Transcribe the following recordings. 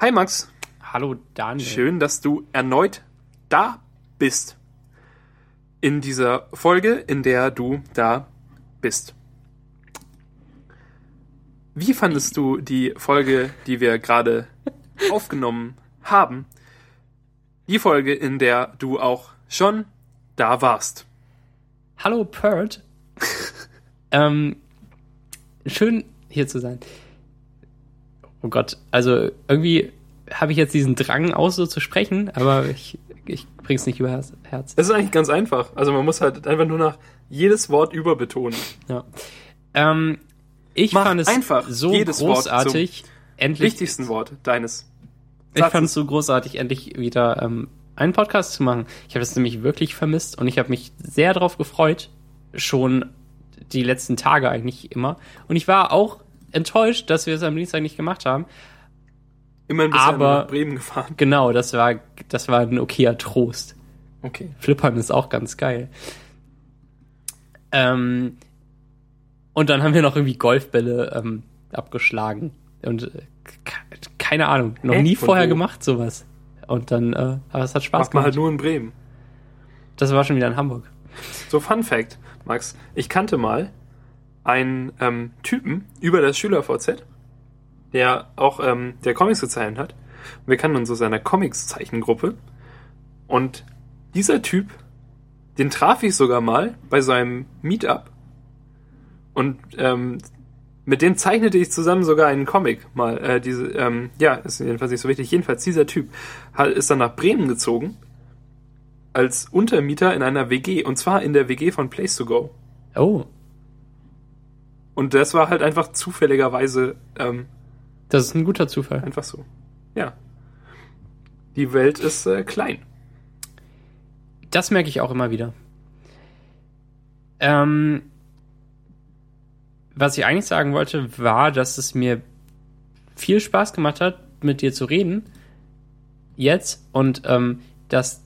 Hi Max. Hallo Daniel. Schön, dass du erneut da bist. In dieser Folge, in der du da bist. Wie fandest du die Folge, die wir gerade aufgenommen haben? Die Folge, in der du auch schon da warst. Hallo Pert. Schön hier zu sein. Oh Gott, also irgendwie habe ich jetzt diesen Drang aus, so zu sprechen, aber ich bring's nicht übers Herz. Es ist eigentlich ganz einfach. Also man muss halt einfach nur nach jedes Wort überbetonen. Ja. Ich fand es einfach so jedes großartig, Wort endlich. Wichtigsten Wort deines Ich Satzes. fand es so großartig, endlich wieder einen Podcast zu machen. Ich habe das nämlich wirklich vermisst und ich habe mich sehr darauf gefreut, schon die letzten Tage eigentlich immer. Und ich war auch enttäuscht, dass wir es am Dienstag nicht gemacht haben. Immerhin bist du aber nach Bremen gefahren. Genau, das war ein okayer Trost. Okay. Flippern ist auch ganz geil. Und dann haben wir noch irgendwie Golfbälle abgeschlagen. Und keine Ahnung, noch nie Von vorher wo? gemacht sowas. Und dann, aber es hat Spaß Macht man gemacht. halt nur in Bremen. Das war schon wieder in Hamburg. So, Fun Fact, Max. Ich kannte mal einen Typen über das Schüler-VZ, der auch der Comics gezeichnet hat. Und wir kannten uns aus einer Comics-Zeichengruppe. Und dieser Typ, den traf ich sogar mal bei so einem Meetup. Und mit dem zeichnete ich zusammen sogar einen Comic mal. Ist jedenfalls nicht so wichtig. Jedenfalls, dieser Typ ist dann nach Bremen gezogen als Untermieter in einer WG. Und zwar in der WG von Place to Go. Oh, Und das war halt einfach zufälligerweise das ist ein guter Zufall. einfach so. Ja. Die Welt ist klein. Das merke ich auch immer wieder. Was ich eigentlich sagen wollte, war, dass es mir viel Spaß gemacht hat, mit dir zu reden. Jetzt. Und dass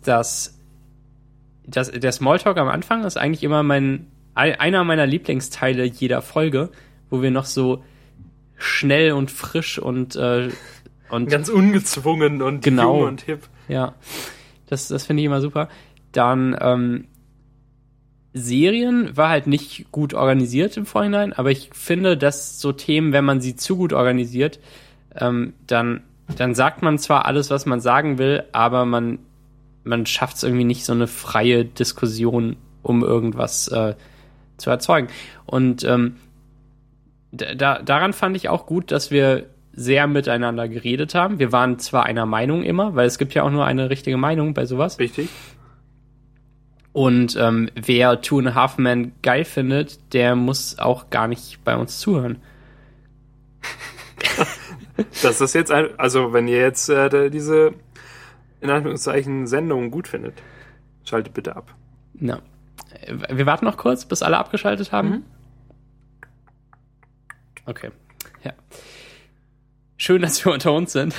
der Smalltalk am Anfang ist eigentlich immer einer meiner Lieblingsteile jeder Folge, wo wir noch so schnell und frisch und Ganz ungezwungen und Genau. jung und hip. ja, das finde ich immer super. Dann Serien war halt nicht gut organisiert im Vorhinein, aber ich finde, dass so Themen, wenn man sie zu gut organisiert, dann sagt man zwar alles, was man sagen will, aber man schafft es irgendwie nicht, so eine freie Diskussion um irgendwas zu erzeugen. Und daran fand ich auch gut, dass wir sehr miteinander geredet haben. Wir waren zwar einer Meinung immer, weil es gibt ja auch nur eine richtige Meinung bei sowas. Richtig. Und wer Two and a Half Men geil findet, der muss auch gar nicht bei uns zuhören. Das ist jetzt also wenn ihr jetzt diese in Anführungszeichen Sendung gut findet, schaltet bitte ab. Ja. Wir warten noch kurz, bis alle abgeschaltet haben. Mhm. Okay. Ja. Schön, dass wir unter uns sind.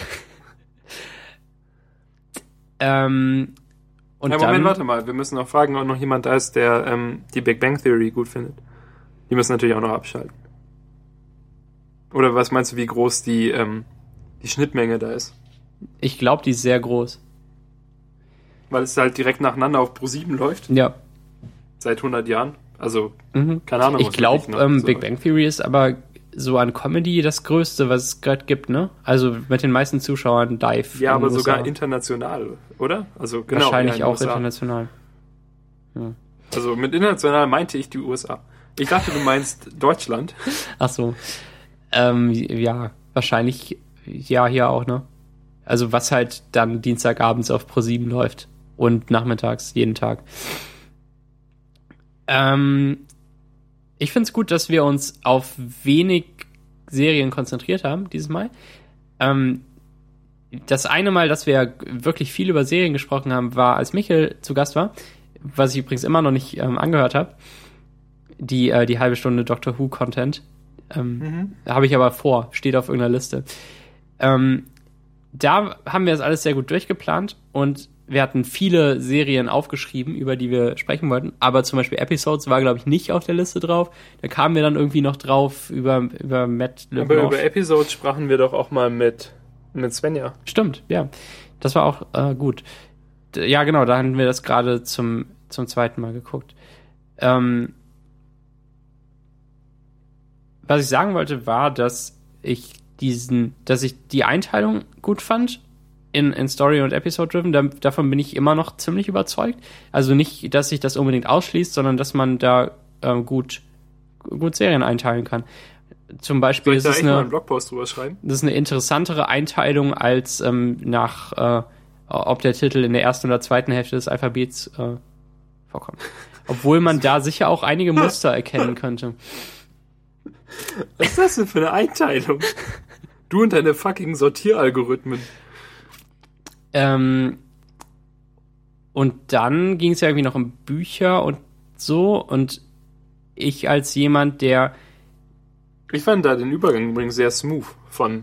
Und Ja, Moment, warte mal. Wir müssen noch fragen, ob noch jemand da ist, der die Big Bang Theory gut findet. Die müssen natürlich auch noch abschalten. Oder was meinst du, wie groß die Schnittmenge da ist? Ich glaube, die ist sehr groß. Weil es halt direkt nacheinander auf Pro7 läuft. Ja. Seit 100 Jahren. Also, Mhm. keine Ahnung. Ich was glaube, wirklich noch so Big läuft. Bang Theory ist aber so an Comedy das Größte, was es gerade gibt, ne? Also mit den meisten Zuschauern live. Ja, in aber den sogar USA. international, oder? Also genau. Wahrscheinlich ja, in den auch USA. international. Also mit international meinte ich die USA. Ich dachte, du meinst Deutschland. Ach so. Ja, wahrscheinlich ja hier auch, ne? Also was halt dann Dienstagabends auf Pro7 läuft und nachmittags jeden Tag. Ich finde es gut, dass wir uns auf wenig Serien konzentriert haben dieses Mal. Das eine Mal, dass wir wirklich viel über Serien gesprochen haben, war, als Michael zu Gast war, was ich übrigens immer noch nicht angehört habe. Die halbe Stunde Doctor Who Content. Habe ich aber vor, steht auf irgendeiner Liste. Da haben wir das alles sehr gut durchgeplant und wir hatten viele Serien aufgeschrieben, über die wir sprechen wollten, aber zum Beispiel Episodes war, glaube ich, nicht auf der Liste drauf. Da kamen wir dann irgendwie noch drauf über Matt Aber LeBlanc. über Episodes sprachen wir doch auch mal mit Mit Svenja. Stimmt, ja. Das war auch gut. Ja, genau, da hatten wir das gerade zum zweiten Mal geguckt. Was ich sagen wollte, war, dass ich die Einteilung gut fand in Story und Episode-Driven. Davon bin ich immer noch ziemlich überzeugt. Also nicht, dass sich das unbedingt ausschließt, sondern dass man da gut Serien einteilen kann. Zum Beispiel ist es mal einen Blogpost drüber schreiben? Das ist eine interessantere Einteilung als ob der Titel in der ersten oder zweiten Hälfte des Alphabets vorkommt. Obwohl man da sicher auch einige Muster erkennen könnte. Was ist das denn für eine Einteilung? Du und deine fucking Sortieralgorithmen. Und dann ging es ja irgendwie noch um Bücher und so. Und ich als jemand, der... Ich fand da den Übergang übrigens sehr smooth von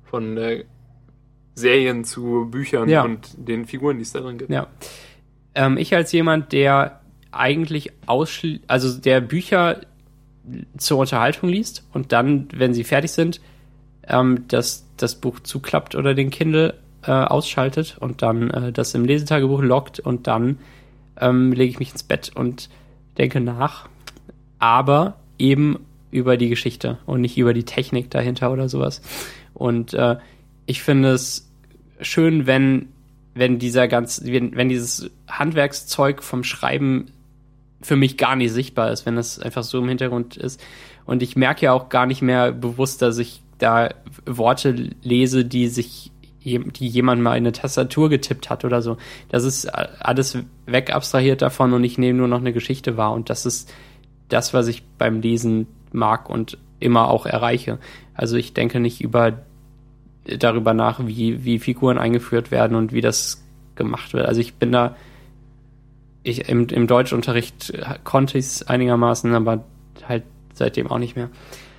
Serien zu Büchern und den Figuren, die es da drin gibt. Ja. Ich als jemand, der eigentlich der Bücher zur Unterhaltung liest und dann, wenn sie fertig sind, das Buch zuklappt oder den Kindle ausschaltet und dann das im Lesetagebuch loggt und dann lege ich mich ins Bett und denke nach, aber eben über die Geschichte und nicht über die Technik dahinter oder sowas. Und ich finde es schön, wenn dieses Handwerkszeug vom Schreiben für mich gar nicht sichtbar ist, wenn das einfach so im Hintergrund ist. Und ich merke ja auch gar nicht mehr bewusst, dass ich da Worte lese, die jemand mal in eine Tastatur getippt hat oder so. Das ist alles wegabstrahiert davon und ich nehme nur noch eine Geschichte wahr. Und das ist das, was ich beim Lesen mag und immer auch erreiche. Also ich denke nicht darüber nach, wie Figuren eingeführt werden und wie das gemacht wird. Also ich bin da im Deutschunterricht konnte ich es einigermaßen, aber halt seitdem auch nicht mehr.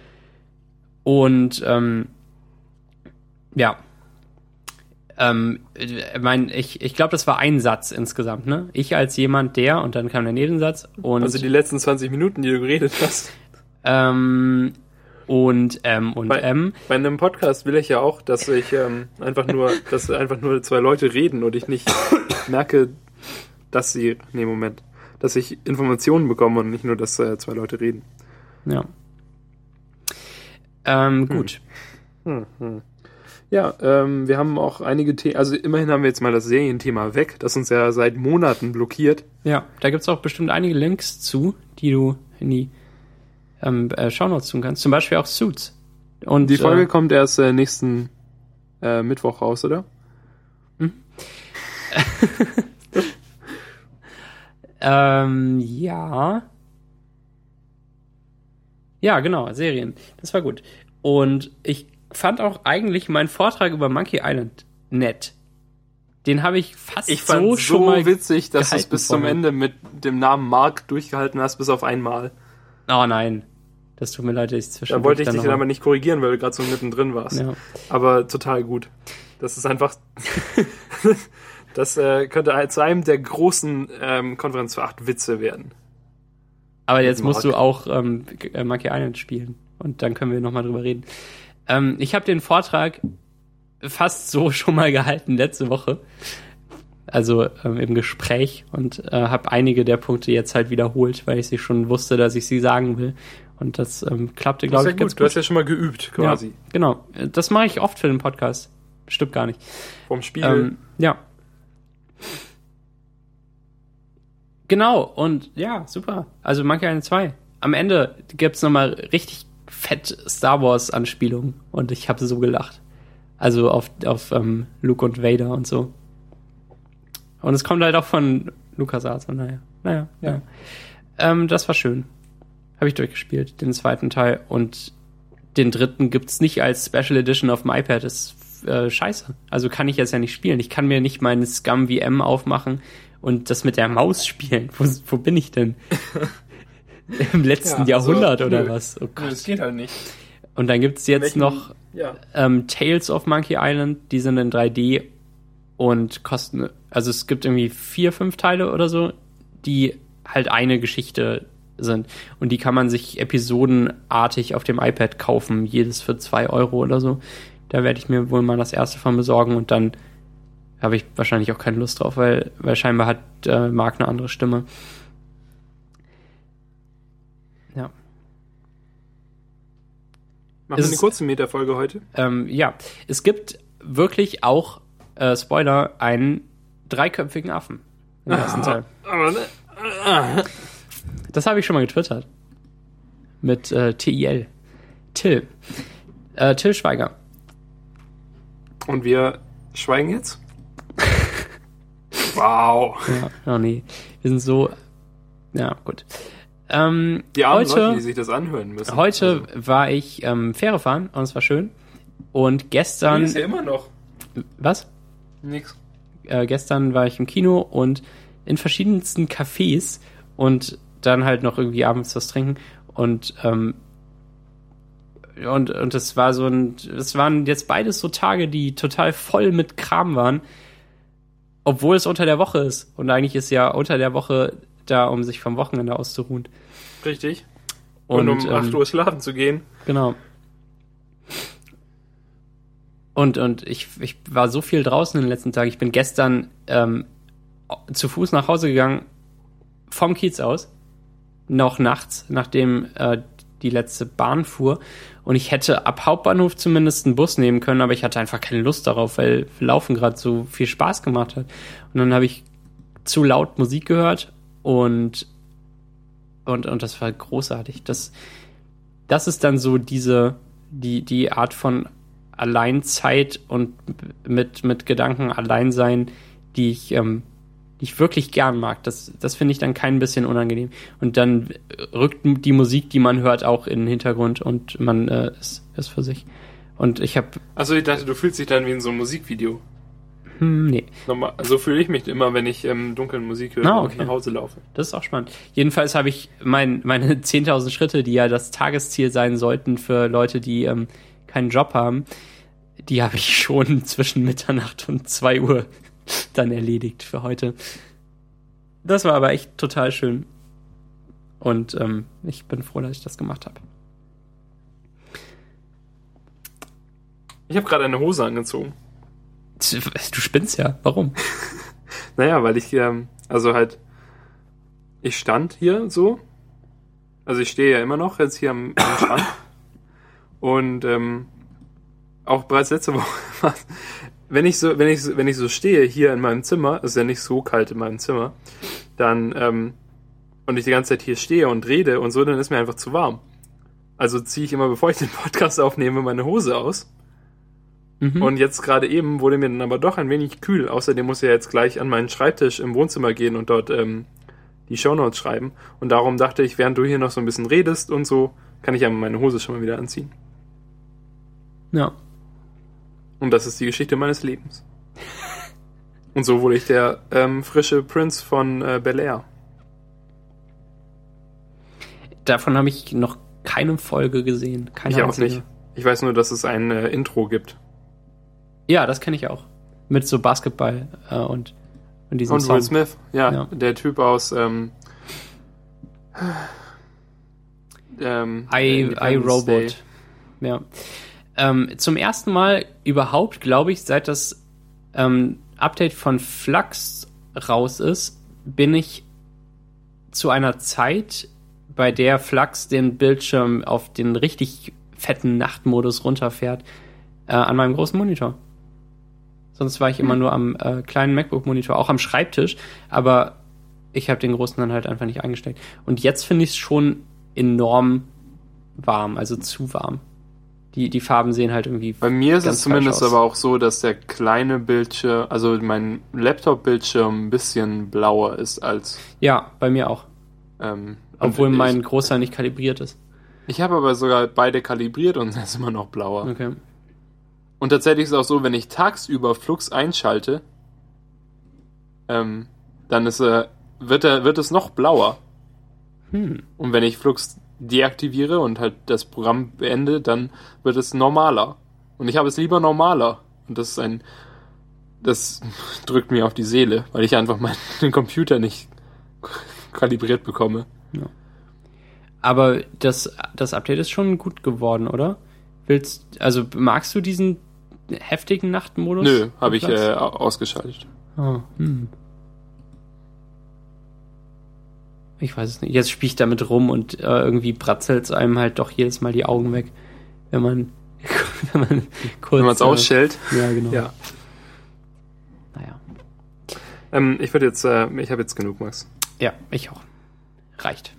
Und ich glaube, das war ein Satz insgesamt, ne? Ich als jemand, der, und dann kam der Nebensatz. Und also die letzten 20 Minuten, die du geredet hast. Bei einem Podcast will ich ja auch, dass einfach nur zwei Leute reden und ich nicht merke, dass ich Informationen bekomme und nicht nur, dass zwei Leute reden. Ja. Gut. Ja, wir haben auch einige Themen, also immerhin haben wir jetzt mal das Serienthema weg, das uns ja seit Monaten blockiert. Ja, da gibt es auch bestimmt einige Links zu, die du in die Shownotes tun kannst. Zum Beispiel auch Suits. Und die Folge kommt erst nächsten Mittwoch raus, oder? Ja. Ja, genau, Serien. Das war gut. Und ich fand auch eigentlich meinen Vortrag über Monkey Island nett. Den habe ich fast schon mal witzig, dass du es bis zum Ende mit dem Namen Mark durchgehalten hast, bis auf einmal. Oh nein. Das tut mir leid, dass ich zwischendurch... Da wollte ich dich dann aber nicht korrigieren, weil du gerade so mittendrin warst. Ja. Aber total gut. Das ist einfach... Das könnte zu einem der großen Konferenz für 8 Witze werden. Aber jetzt musst du auch Monkey Island spielen. Und dann können wir nochmal drüber reden. Ich habe den Vortrag fast so schon mal gehalten letzte Woche. Also im Gespräch. Und habe einige der Punkte jetzt halt wiederholt, weil ich sie schon wusste, dass ich sie sagen will. Und das klappte, glaube ich, ganz gut. Du hast ja schon mal geübt, quasi. Ja, genau. Das mache ich oft für den Podcast. Stimmt gar nicht. Vom Spiel. Ja. Genau, und ja, super. Also Monkey Island 2. Am Ende gibt's nochmal richtig fett Star Wars Anspielungen und ich habe so gelacht. Also auf Luke und Vader und so. Und es kommt halt auch von LucasArts und naja. Das war schön. Habe ich durchgespielt, den zweiten Teil. Und den dritten gibt's nicht als Special Edition auf dem iPad. Das ist scheiße. Also kann ich jetzt ja nicht spielen. Ich kann mir nicht meine Scum VM aufmachen und das mit der Maus spielen. Wo bin ich denn? Im letzten Jahrhundert oder was? Oh Gott. Das geht halt nicht. Und dann gibt's jetzt noch Tales of Monkey Island. Die sind in 3D und kosten... Also es gibt irgendwie 4, 5 Teile oder so, die halt eine Geschichte sind. Und die kann man sich episodenartig auf dem iPad kaufen. Jedes für 2 € oder so. Da werde ich mir wohl mal das erste von besorgen und dann habe ich wahrscheinlich auch keine Lust drauf, weil scheinbar hat Marc eine andere Stimme. Ja. Machen wir eine kurze Meta-Folge heute? Ja, es gibt wirklich auch, Spoiler, einen dreiköpfigen Affen im ersten Teil. Das habe ich schon mal getwittert. Mit TIL. Till. Till Schweiger. Und wir schweigen jetzt? Wow. Ja, oh nee. Wir sind so... Ja, gut. Die armen Leute, die sich das anhören müssen. Heute war ich Fähre fahren und es war schön. Und gestern... Ist ja immer noch. Was? Nix. Gestern war ich im Kino und in verschiedensten Cafés und dann halt noch irgendwie abends was trinken und es war es waren jetzt beides so Tage, die total voll mit Kram waren, obwohl es unter der Woche ist und eigentlich ist ja unter der Woche da, um sich vom Wochenende auszuruhen. Richtig. Und um 8 Uhr schlafen zu gehen. Genau. Und ich war so viel draußen in den letzten Tagen. Ich bin gestern zu Fuß nach Hause gegangen, vom Kiez aus, noch nachts, nachdem die letzte Bahn fuhr. Und ich hätte ab Hauptbahnhof zumindest einen Bus nehmen können, aber ich hatte einfach keine Lust darauf, weil Laufen gerade so viel Spaß gemacht hat. Und dann habe ich zu laut Musik gehört und das war großartig. Das ist dann so die Art von Alleinzeit und mit Gedanken allein sein, die ich wirklich gern mag. Das finde ich dann kein bisschen unangenehm. Und dann rückt die Musik, die man hört, auch in den Hintergrund und man ist für sich. Und ich habe... Also ich dachte, du fühlst dich dann wie in so einem Musikvideo. Nee. Normal, so fühle ich mich immer, wenn ich dunklen Musik höre und nach Hause laufe. Das ist auch spannend. Jedenfalls habe ich meine 10.000 Schritte, die ja das Tagesziel sein sollten für Leute, die keinen Job haben, die habe ich schon zwischen Mitternacht und 2 Uhr dann erledigt für heute. Das war aber echt total schön. Und ich bin froh, dass ich das gemacht habe. Ich habe gerade eine Hose angezogen. Du spinnst ja. Warum? Naja, weil ich, ich stand hier so. Also ich stehe ja immer noch jetzt hier am Strand. Und auch bereits letzte Woche, wenn ich so stehe hier in meinem Zimmer, ist ja nicht so kalt in meinem Zimmer, dann und ich die ganze Zeit hier stehe und rede und so, dann ist mir einfach zu warm. Also ziehe ich immer, bevor ich den Podcast aufnehme, meine Hose aus. Mhm. Und jetzt gerade eben wurde mir dann aber doch ein wenig kühl. Außerdem muss ich ja jetzt gleich an meinen Schreibtisch im Wohnzimmer gehen und dort die Shownotes schreiben. Und darum dachte ich, während du hier noch so ein bisschen redest und so, kann ich ja meine Hose schon mal wieder anziehen. Ja. Und das ist die Geschichte meines Lebens. Und so wurde ich der frische Prinz von Bel-Air. Davon habe ich noch keine Folge gesehen. Ich auch nicht. Ich weiß nur, dass es ein Intro gibt. Ja, das kenne ich auch. Mit so Basketball und diesem und Song. Will Smith, ja. Der Typ aus iRobot. Ja. Zum ersten Mal überhaupt, glaube ich, seit das Update von Flux raus ist, bin ich zu einer Zeit, bei der Flux den Bildschirm auf den richtig fetten Nachtmodus runterfährt, an meinem großen Monitor. Sonst war ich immer nur am kleinen MacBook-Monitor, auch am Schreibtisch, aber ich habe den großen dann halt einfach nicht eingestellt. Und jetzt finde ich es schon enorm warm, also zu warm. Die Farben sehen halt irgendwie bei mir ist es zumindest aber auch so, dass der kleine Bildschirm, also mein Laptop-Bildschirm ein bisschen blauer ist als... Ja, bei mir auch. Obwohl mein großer nicht kalibriert ist. Ich habe aber sogar beide kalibriert und es ist immer noch blauer. Okay. Und tatsächlich ist es auch so, wenn ich tagsüber Flux einschalte, dann wird es noch blauer. Und wenn ich Flux deaktiviere und halt das Programm beende, dann wird es normaler. Und ich habe es lieber normaler. Und das drückt mir auf die Seele, weil ich einfach meinen Computer nicht kalibriert bekomme. Ja. Aber das Update ist schon gut geworden, oder? Magst du diesen heftigen Nachtmodus? Nö, habe ich ausgeschaltet. Oh, Ich weiß es nicht. Jetzt spiele ich damit rum und irgendwie bratzelt es einem halt doch jedes Mal die Augen weg, wenn man kurz... Wenn man es ausstellt. Ja, genau. Ja. Naja. Ich habe jetzt genug, Max. Ja, ich auch. Reicht.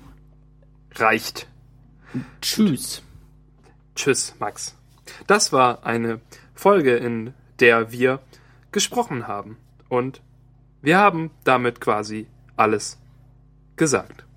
Tschüss. Tschüss, Max. Das war eine Folge, in der wir gesprochen haben. Und wir haben damit quasi alles gesagt.